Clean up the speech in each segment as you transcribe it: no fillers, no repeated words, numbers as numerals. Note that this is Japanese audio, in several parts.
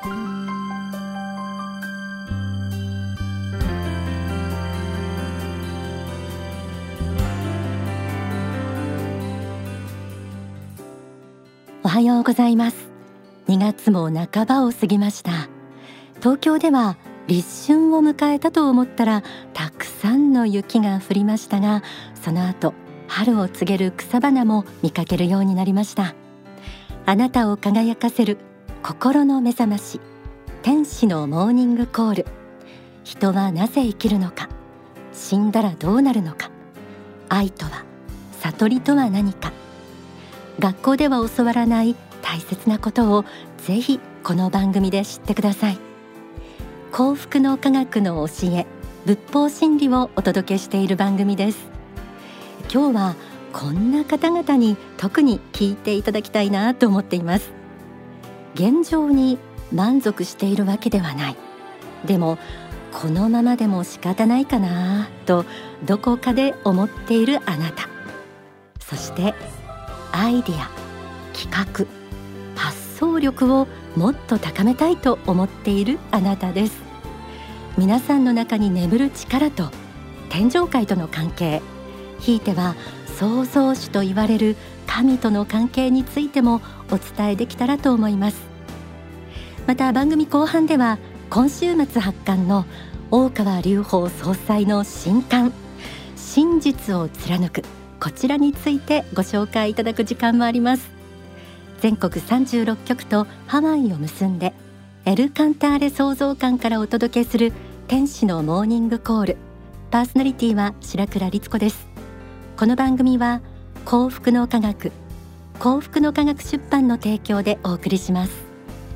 おはようございます。2月も半ばを過ぎました。東京では立春を迎えたと思ったらたくさんの雪が降りましたが、その後春を告げる草花も見かけるようになりました。あなたを輝かせる心の目覚まし、天使のモーニングコール。人はなぜ生きるのか、死んだらどうなるのか、愛とは、悟りとは何か。学校では教わらない大切なことをぜひこの番組で知ってください。幸福の科学の教え、仏法真理をお届けしている番組です。今日はこんな方々に特に聞いていただきたいなと思っています。現状に満足しているわけではない。でもこのままでも仕方ないかなとどこかで思っているあなた。そしてアイデア、企画、発想力をもっと高めたいと思っているあなたです。皆さんの中に眠る力と天上界との関係、ひいては創造主と言われる神との関係についてもお伝えできたらと思います。また番組後半では今週末発刊の大川隆法総裁の新刊、真実を貫く、こちらについてご紹介いただく時間もあります。全国36局とハワイを結んでエルカンターレ創造館からお届けする天使のモーニングコール。パーソナリティは白倉律子です。この番組は幸福の科学、幸福の科学出版の提供でお送りします。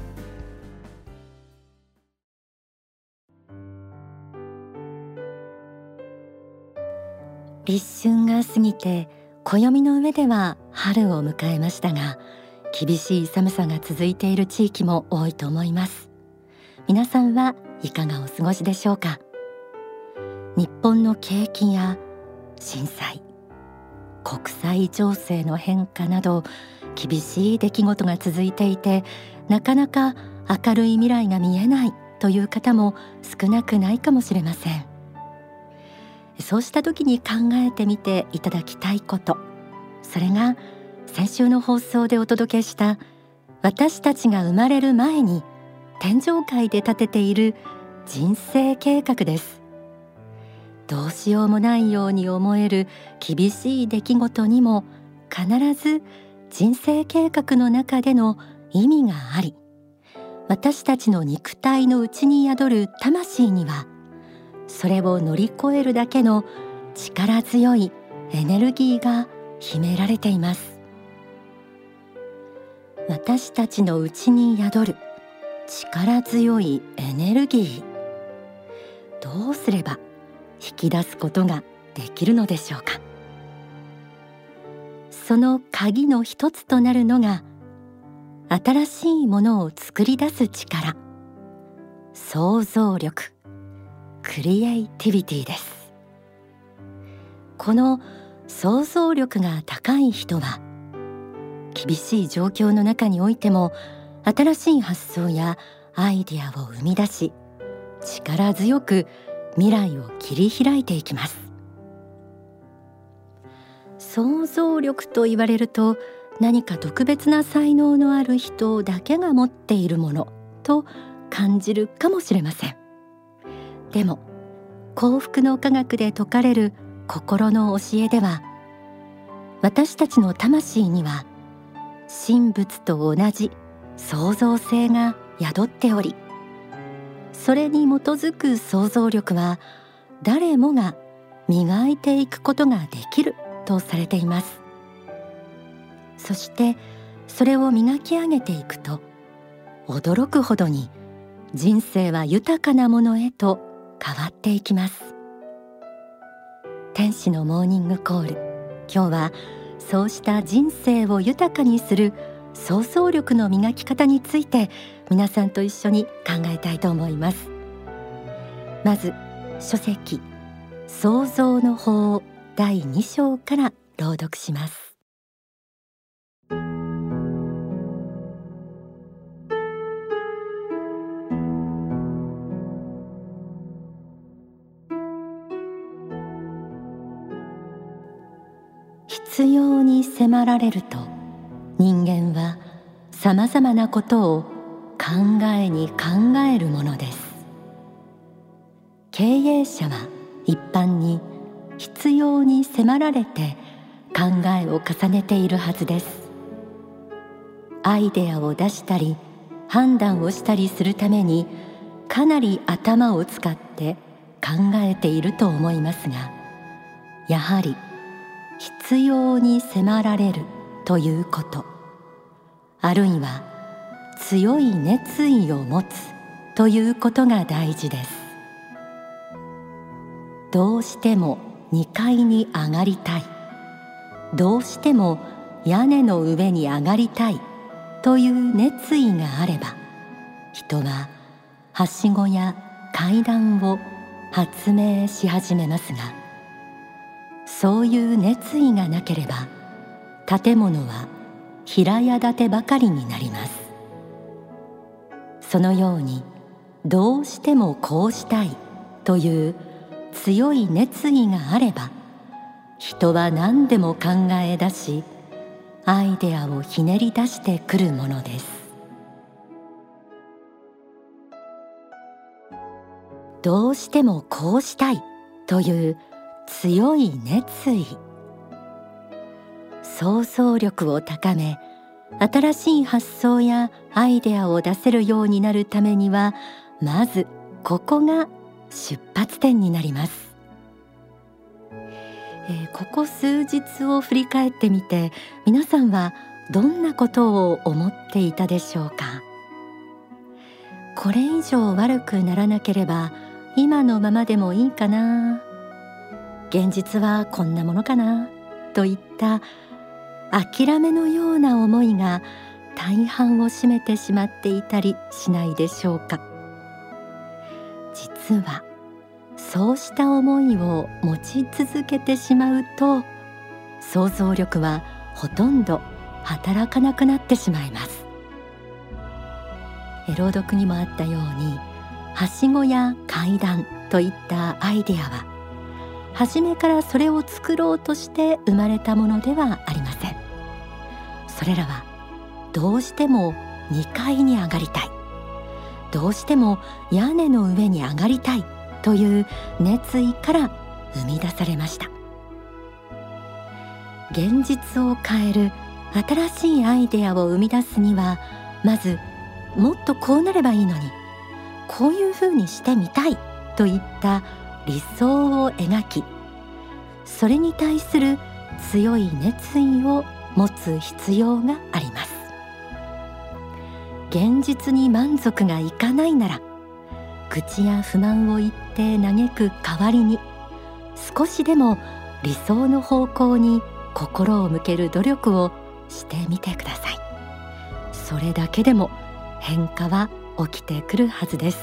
立春が過ぎて暦の上では春を迎えましたが、厳しい寒さが続いている地域も多いと思います。皆さんはいかがお過ごしでしょうか。日本の景気や震災、国際情勢の変化など厳しい出来事が続いていて、なかなか明るい未来が見えないという方も少なくないかもしれません。そうした時に考えてみていただきたいこと、それが先週の放送でお届けした私たちが生まれる前に天上界で立てている人生計画です。どうしようもないように思える厳しい出来事にも必ず人生計画の中での意味があり、私たちの肉体の内に宿る魂にはそれを乗り越えるだけの力強いエネルギーが秘められています。私たちの内に宿る力強いエネルギー、どうすれば引き出すことができるのでしょうか。その鍵の一つとなるのが新しいものを作り出す力、想像力、クリエイティビティです。この想像力が高い人は厳しい状況の中においても新しい発想やアイデアを生み出し、力強く未来を切り開いていきます。想像力と言われると何か特別な才能のある人だけが持っているものと感じるかもしれません。でも幸福の科学で説かれる心の教えでは、私たちの魂には神仏と同じ創造性が宿っており、それに基づく想像力は誰もが磨いていくことができるとされています。そしてそれを磨き上げていくと、驚くほどに人生は豊かなものへと変わっていきます。天使のモーニングコール、今日はそうした人生を豊かにする想像力の磨き方について皆さんと一緒に考えたいと思います。まず書籍創造の法第2章から朗読します。 必要に迫られると、人間はさまざまなことを考えに考えるものです。経営者は一般に必要に迫られて考えを重ねているはずです。アイデアを出したり判断をしたりするためにかなり頭を使って考えていると思いますが、やはり必要に迫られるということ、あるいは強い熱意を持つということが大事です。どうしても2階に上がりたい、どうしても屋根の上に上がりたいという熱意があれば、人ははしごや階段を発明し始めますが、そういう熱意がなければ建物は平屋建てばかりになります。そのようにどうしてもこうしたいという強い熱意があれば、人は何でも考え出し、アイデアをひねり出してくるものです。どうしてもこうしたいという強い熱意、想像力を高め、新しい発想やアイデアを出せるようになるためには、まずここが出発点になります。ここ数日を振り返ってみて、皆さんはどんなことを思っていたでしょうか。これ以上悪くならなければ今のままでもいいかな、現実はこんなものかなといった諦めのような思いが大半を占めてしまっていたりしないでしょうか。実はそうした思いを持ち続けてしまうと、想像力はほとんど働かなくなってしまいます。朗読にもあったように、はしごや階段といったアイデアは初めからそれを作ろうとして生まれたものではありません。それらはどうしても2階に上がりたい、どうしても屋根の上に上がりたいという熱意から生み出されました。現実を変える新しいアイデアを生み出すには、まずもっとこうなればいいのに、こういうふうにしてみたいといった理想を描き、それに対する強い熱意を持つ必要があります。現実に満足がいかないなら、愚痴や不満を言って嘆く代わりに、少しでも理想の方向に心を向ける努力をしてみてください。それだけでも変化は起きてくるはずです。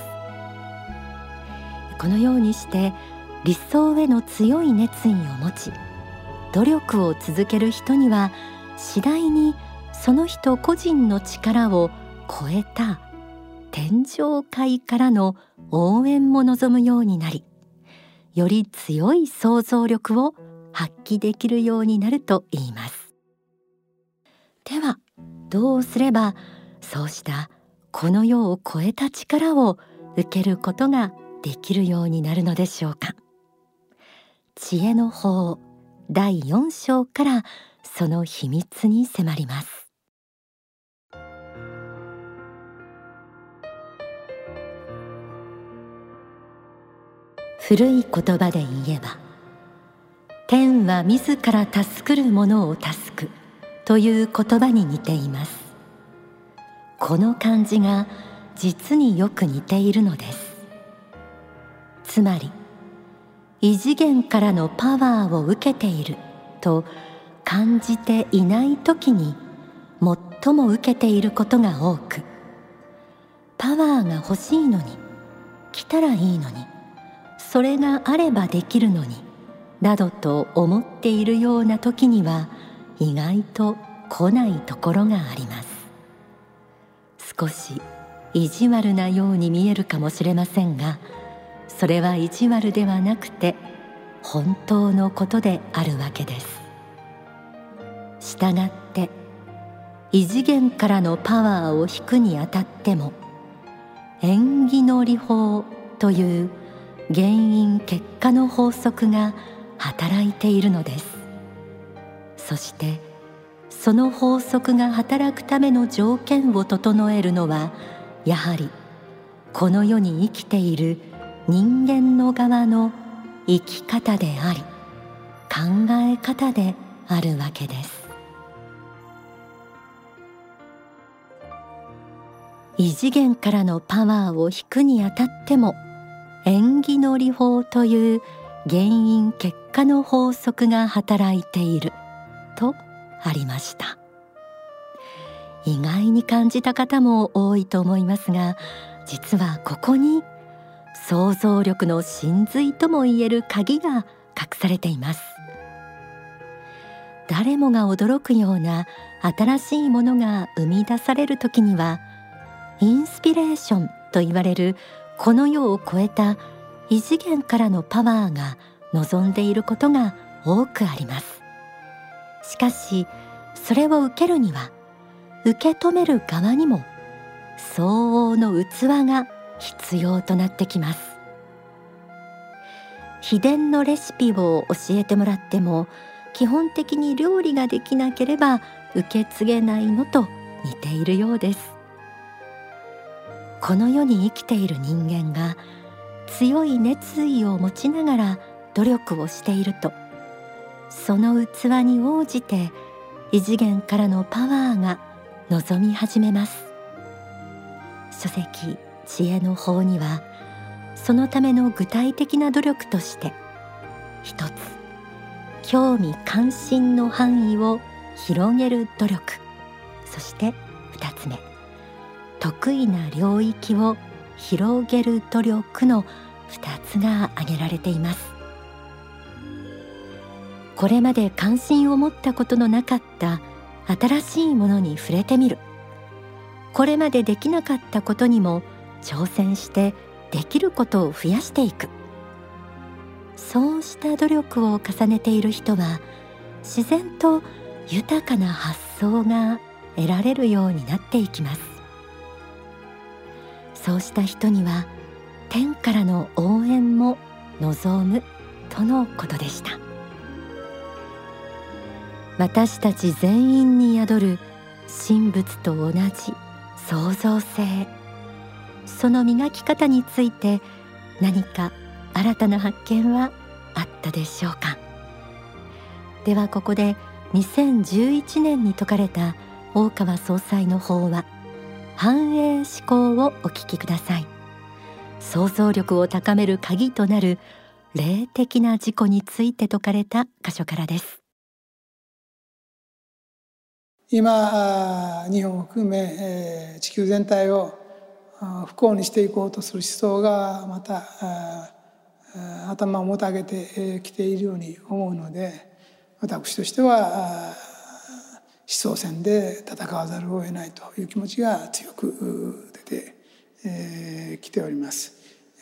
このようにして理想への強い熱意を持ち、努力を続ける人には、次第にその人個人の力を超えた天上界からの応援も望むようになり、より強い想像力を発揮できるようになると言います。ではどうすればそうしたこの世を超えた力を受けることができるようになるのでしょうか。知恵の法第4章からその秘密に迫ります。古い言葉で言えば、天は自ら助くる者を助くという言葉に似ています。この漢字が実によく似ているのです。つまり、異次元からのパワーを受けていると感じていない時に最も受けていることが多く、パワーが欲しいのに、来たらいいのに、それがあればできるのになどと思っているような時には、意外と来ないところがあります。少し意地悪なように見えるかもしれませんが、それは意地悪ではなくて本当のことであるわけです。 したがって異次元からのパワーを引くにあたっても縁起の理法という原因結果の法則が働いているのです。そしてその法則が働くための条件を整えるのはやはりこの世に生きている人間の側の生き方であり考え方であるわけです。異次元からのパワーを引くにあたっても縁起の理法という原因結果の法則が働いているとありました。意外に感じた方も多いと思いますが、実はここに想像力の真髄ともいえる鍵が隠されています。誰もが驚くような新しいものが生み出される時にはインスピレーションと言われるこの世を超えた異次元からのパワーが望んでいることが多くあります。しかしそれを受けるには受け止める側にも相応の器が必要となってきます。秘伝のレシピを教えてもらっても基本的に料理ができなければ受け継げないのと似ているようです。この世に生きている人間が強い熱意を持ちながら努力をしていると、その器に応じて異次元からのパワーが望み始めます。書籍知恵の法にはそのための具体的な努力として一つ、興味関心の範囲を広げる努力、そして二つ目、得意な領域を広げる努力の2つが挙げられています。これまで関心を持ったことのなかった新しいものに触れてみる、これまでできなかったことにも挑戦してできることを増やしていく、そうした努力を重ねている人は自然と豊かな発想が得られるようになっていきます。そうした人には天からの応援も望むとのことでした。私たち全員に宿る神仏と同じ創造性、その磨き方について何か新たな発見はあったでしょうか。ではここで2011年に説かれた大川総裁の法話繁栄思考をお聞きください。想像力を高める鍵となる霊的な自己について説かれた箇所からです。 今日本を含め地球全体を不幸にしていこうとする思想がまた頭をもたげてきているように思うので、私としては思想戦で戦わざるを得ないという気持ちが強く出てきております。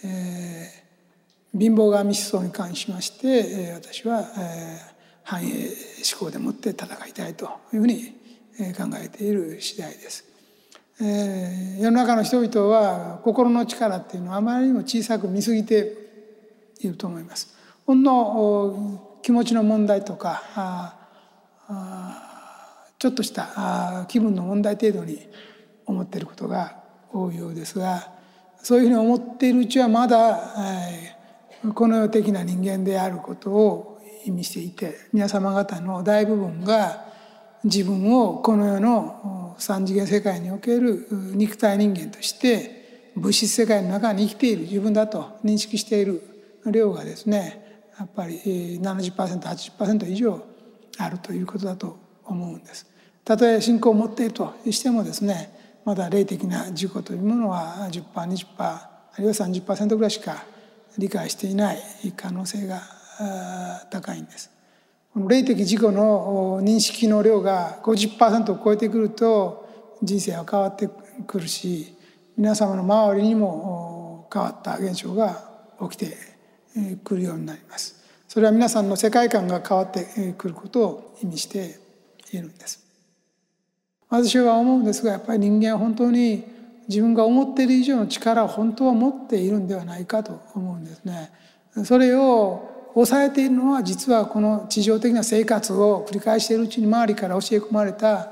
貧乏神思想に関しまして私は繁栄思考でもって戦いたいというふうに考えている次第です。世の中の人々は心の力っていうのはあまりにも小さく見すぎていると思います。ほんの気持ちの問題とかちょっとした気分の問題程度に思っていることが多いようですが、そういうふうに思っているうちはまだこの世的な人間であることを意味していて、皆様方の大部分が自分をこの世の三次元世界における肉体人間として物質世界の中に生きている自分だと認識している量がですね、やっぱり 70%、80% 以上あるということだと思うんです。たとえ信仰を持っているとしてもですね、まだ霊的な自己というものは 10%、20%、あるいは 30% ぐらいしか理解していない可能性が高いんです。この霊的自己の認識の量が 50% を超えてくると人生は変わってくるし、皆様の周りにも変わった現象が起きてくるようになります。それは皆さんの世界観が変わってくることを意味して言えるんです。私は思うんですが、やっぱり人間は本当に自分が思っている以上の力を本当は持っているんではないかと思うんですね。それを抑えているのは実はこの地上的な生活を繰り返しているうちに周りから教え込まれた、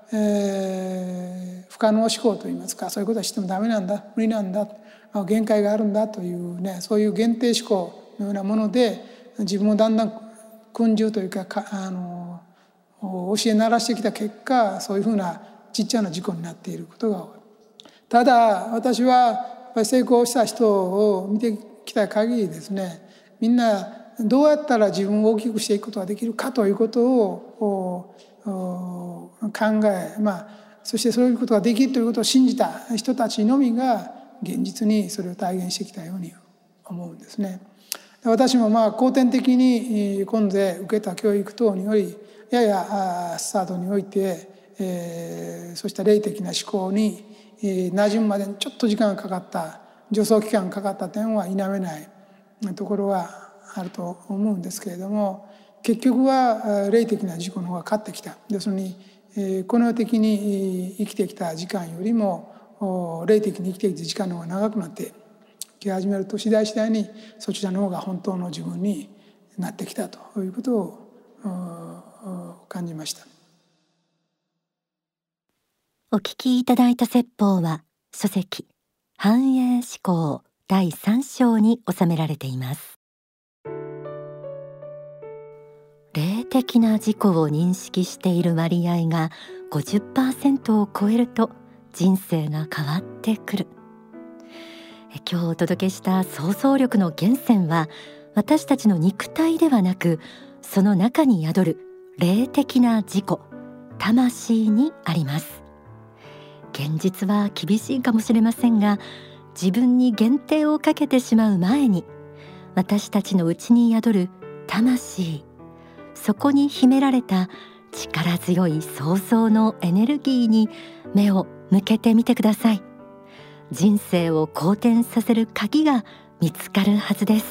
不可能思考といいますか、そういうことはしてもダメなんだ、無理なんだ、限界があるんだというね、そういう限定思考のようなもので自分をだんだん訓従というか、教え慣らしてきた結果、そういうふうなちっちゃな事故になっていることが多い。ただ私はやっぱり成功した人を見てきた限りですね、みんなどうやったら自分を大きくしていくことができるかということを考え、そしてそういうことができるということを信じた人たちのみが現実にそれを体現してきたように思うんですね。私も後天的に今世受けた教育等によりややスタートにおいて、そうした霊的な思考に馴染むまでにちょっと時間がかかった、助走期間がかかった点は否めないところはあると思うんですけれども、結局は霊的な自己の方が勝ってきた。要するにこの世的に生きてきた時間よりも霊的に生きてきた時間の方が長くなってき始めると、次第にそちらの方が本当の自分になってきたということを感じました。 お聞きいただいた説法は書籍繁栄思考第3章に収められています。霊的な自己を認識している割合が 50% を超えると人生が変わってくる。今日お届けした想像力の源泉は私たちの肉体ではなく、その中に宿る霊的な自己、魂にあります。現実は厳しいかもしれませんが、自分に限定をかけてしまう前に、私たちの内に宿る魂、そこに秘められた力強い創造のエネルギーに目を向けてみてください。人生を好転させる鍵が見つかるはずです。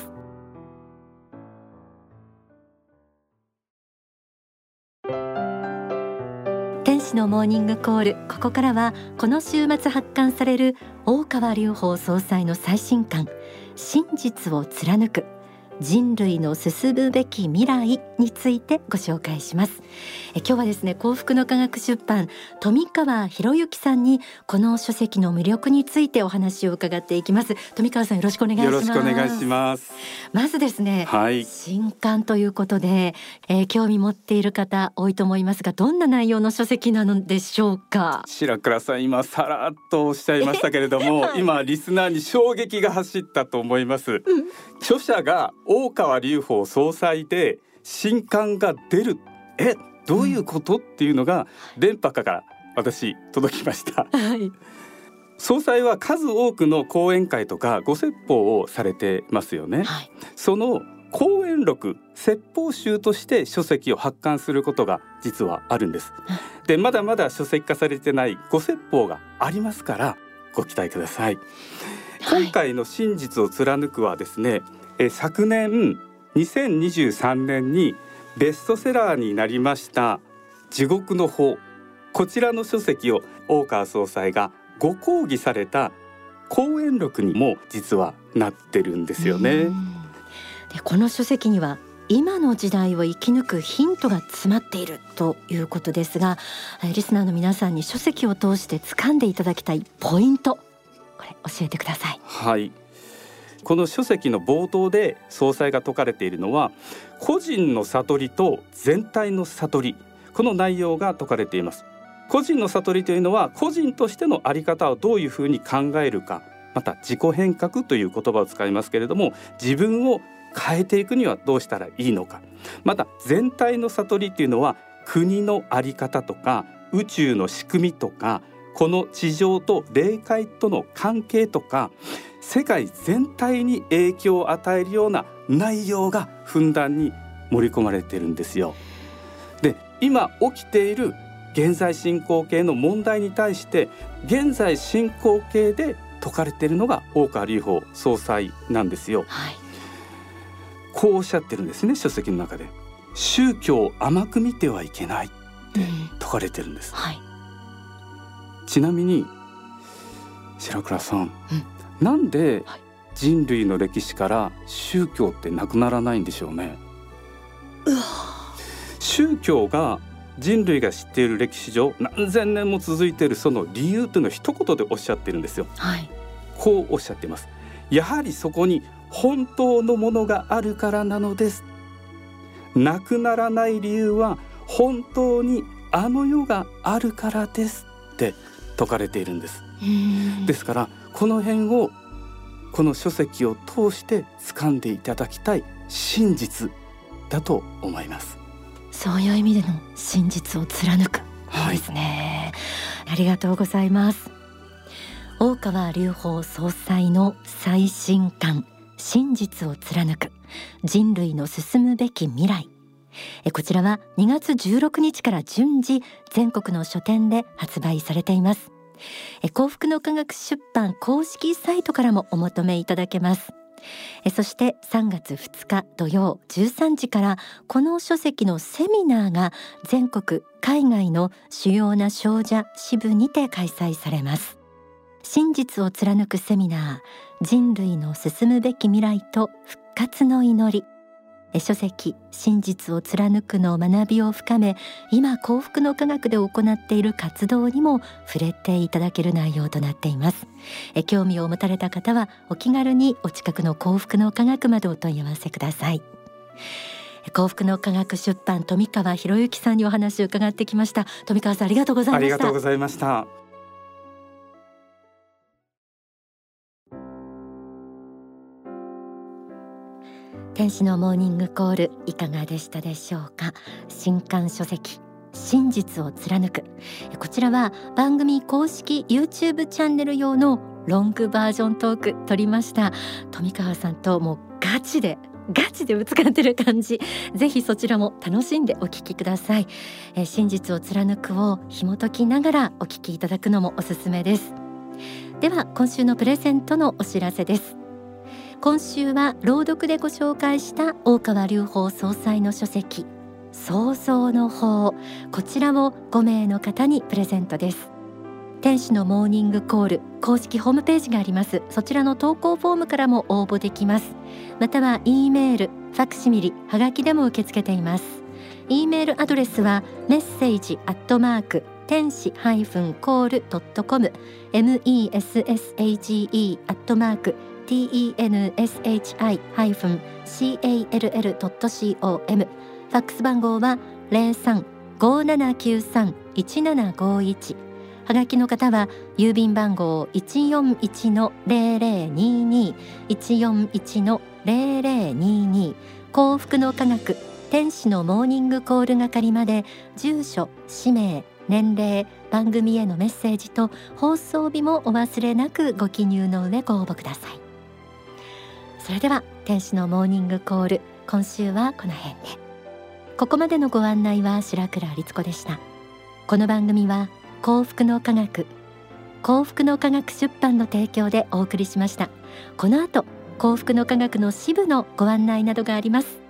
天使のモーニングコール、ここからはこの週末発刊される大川隆法総裁の最新刊、真実を貫く人類の進むべき未来についてご紹介します。今日はですね、幸福の科学出版富川博之さんにこの書籍の魅力についてお話を伺っていきます。富川さん、よろしくお願いします。 よろしくお願いします。 まずですね、新刊ということで、興味持っている方多いと思いますが、どんな内容の書籍なのでしょうか。 白倉さん、今さらっとおっしゃいましたけれども、今リスナーに衝撃が走ったと思います、著者が大川隆法総裁で新刊が出る、どういうこと、っていうのが電波から私届きました、総裁は数多くの講演会とかご説法をされてますよね、その講演録、説法集として書籍を発刊することが実はあるんです。で、まだまだ書籍化されてないご説法がありますからご期待ください。今回の真実を貫くはですね、昨年2023年にベストセラーになりました地獄の法、こちらの書籍を大川総裁がご講義された講演録にも実はなってるんですよね。 で、この書籍には今の時代を生き抜くヒントが詰まっているということですが、リスナーの皆さんに書籍を通して掴んでいただきたいポイント、これ教えてください。 この書籍の冒頭で総裁が説かれているのは、個人の悟りと全体の悟り、この内容が説かれています。個人の悟りというのは、個人としての在り方をどういうふうに考えるか、また自己変革という言葉を使いますけれども、自分を変えていくにはどうしたらいいのか、また全体の悟りというのは、国の在り方とか宇宙の仕組みとか、この地上と霊界との関係とか、世界全体に影響を与えるような内容がふんだんに盛り込まれているんですよ。で、今起きている現在進行形の問題に対して、現在進行形で説かれているのが大川隆法総裁なんですよ、こうおっしゃってるんですね、書籍の中で。宗教を甘く見てはいけない説かれてるんです、 はい、 ちなみに白倉さん、なんで人類の歴史から宗教ってなくならないんでしょうね。宗教が人類が知っている歴史上何千年も続いているその理由というのを一言でおっしゃってるんですよ、 はい、 こうおっしゃっています。やはりそこに本当のものがあるからなのです。なくならない理由は本当にあの世があるからですって説かれているんです。ですからこの辺をこの書籍を通して掴んでいただきたい真実だと思います。 そういう意味での真実を貫くですね、ありがとうございます。大川隆法総裁の最新刊、真実を貫く人類の進むべき未来、こちらは2月16日から順次全国の書店で発売されています。幸福の科学出版公式サイトからもお求めいただけます。そして3月2日土曜13時からこの書籍のセミナーが全国海外の主要な商社支部にて開催されます。真実を貫くセミナー、人類の進むべき未来と復活の祈り。書籍真実を貫くの学びを深め、今幸福の科学で行っている活動にも触れていただける内容となっています。興味を持たれた方はお気軽にお近くの幸福の科学までお問い合わせください。幸福の科学出版富川博之さんにお話を伺ってきました。富川さん、ありがとうございました。 ありがとうございました。 天使のモーニングコール、いかがでしたでしょうか。新刊書籍真実を貫く、こちらは番組公式 YouTube チャンネル用のロングバージョントーク撮りました。富川さんともうガチでぶつかってる感じ、ぜひそちらも楽しんでお聞きください。真実を貫くを紐解きながらお聞きいただくのもおすすめです。では今週のプレゼントのお知らせです。今週は朗読でご紹介した大川隆法総裁の書籍創造の法、こちらを5名の方にプレゼントです。天使のモーニングコール公式ホームページがあります。そちらの投稿フォームからも応募できます。または E メール、ファクシミリ、はがきでも受け付けています。 E メールアドレスはメッセージ天使-call.com tenshi-call.com、 ファックス番号は 03-5793-1751、 はがきの方は郵便番号 141-0022 141-0022、 幸福の科学天使のモーニングコール係まで住所、氏名、年齢、番組へのメッセージと放送日もお忘れなくご記入の上ご応募ください。それでは天使のモーニングコール、今週はこの辺で。ここまでのご案内は白倉律子でした。この番組は幸福の科学出版の提供でお送りしました。この後幸福の科学の支部のご案内などがあります。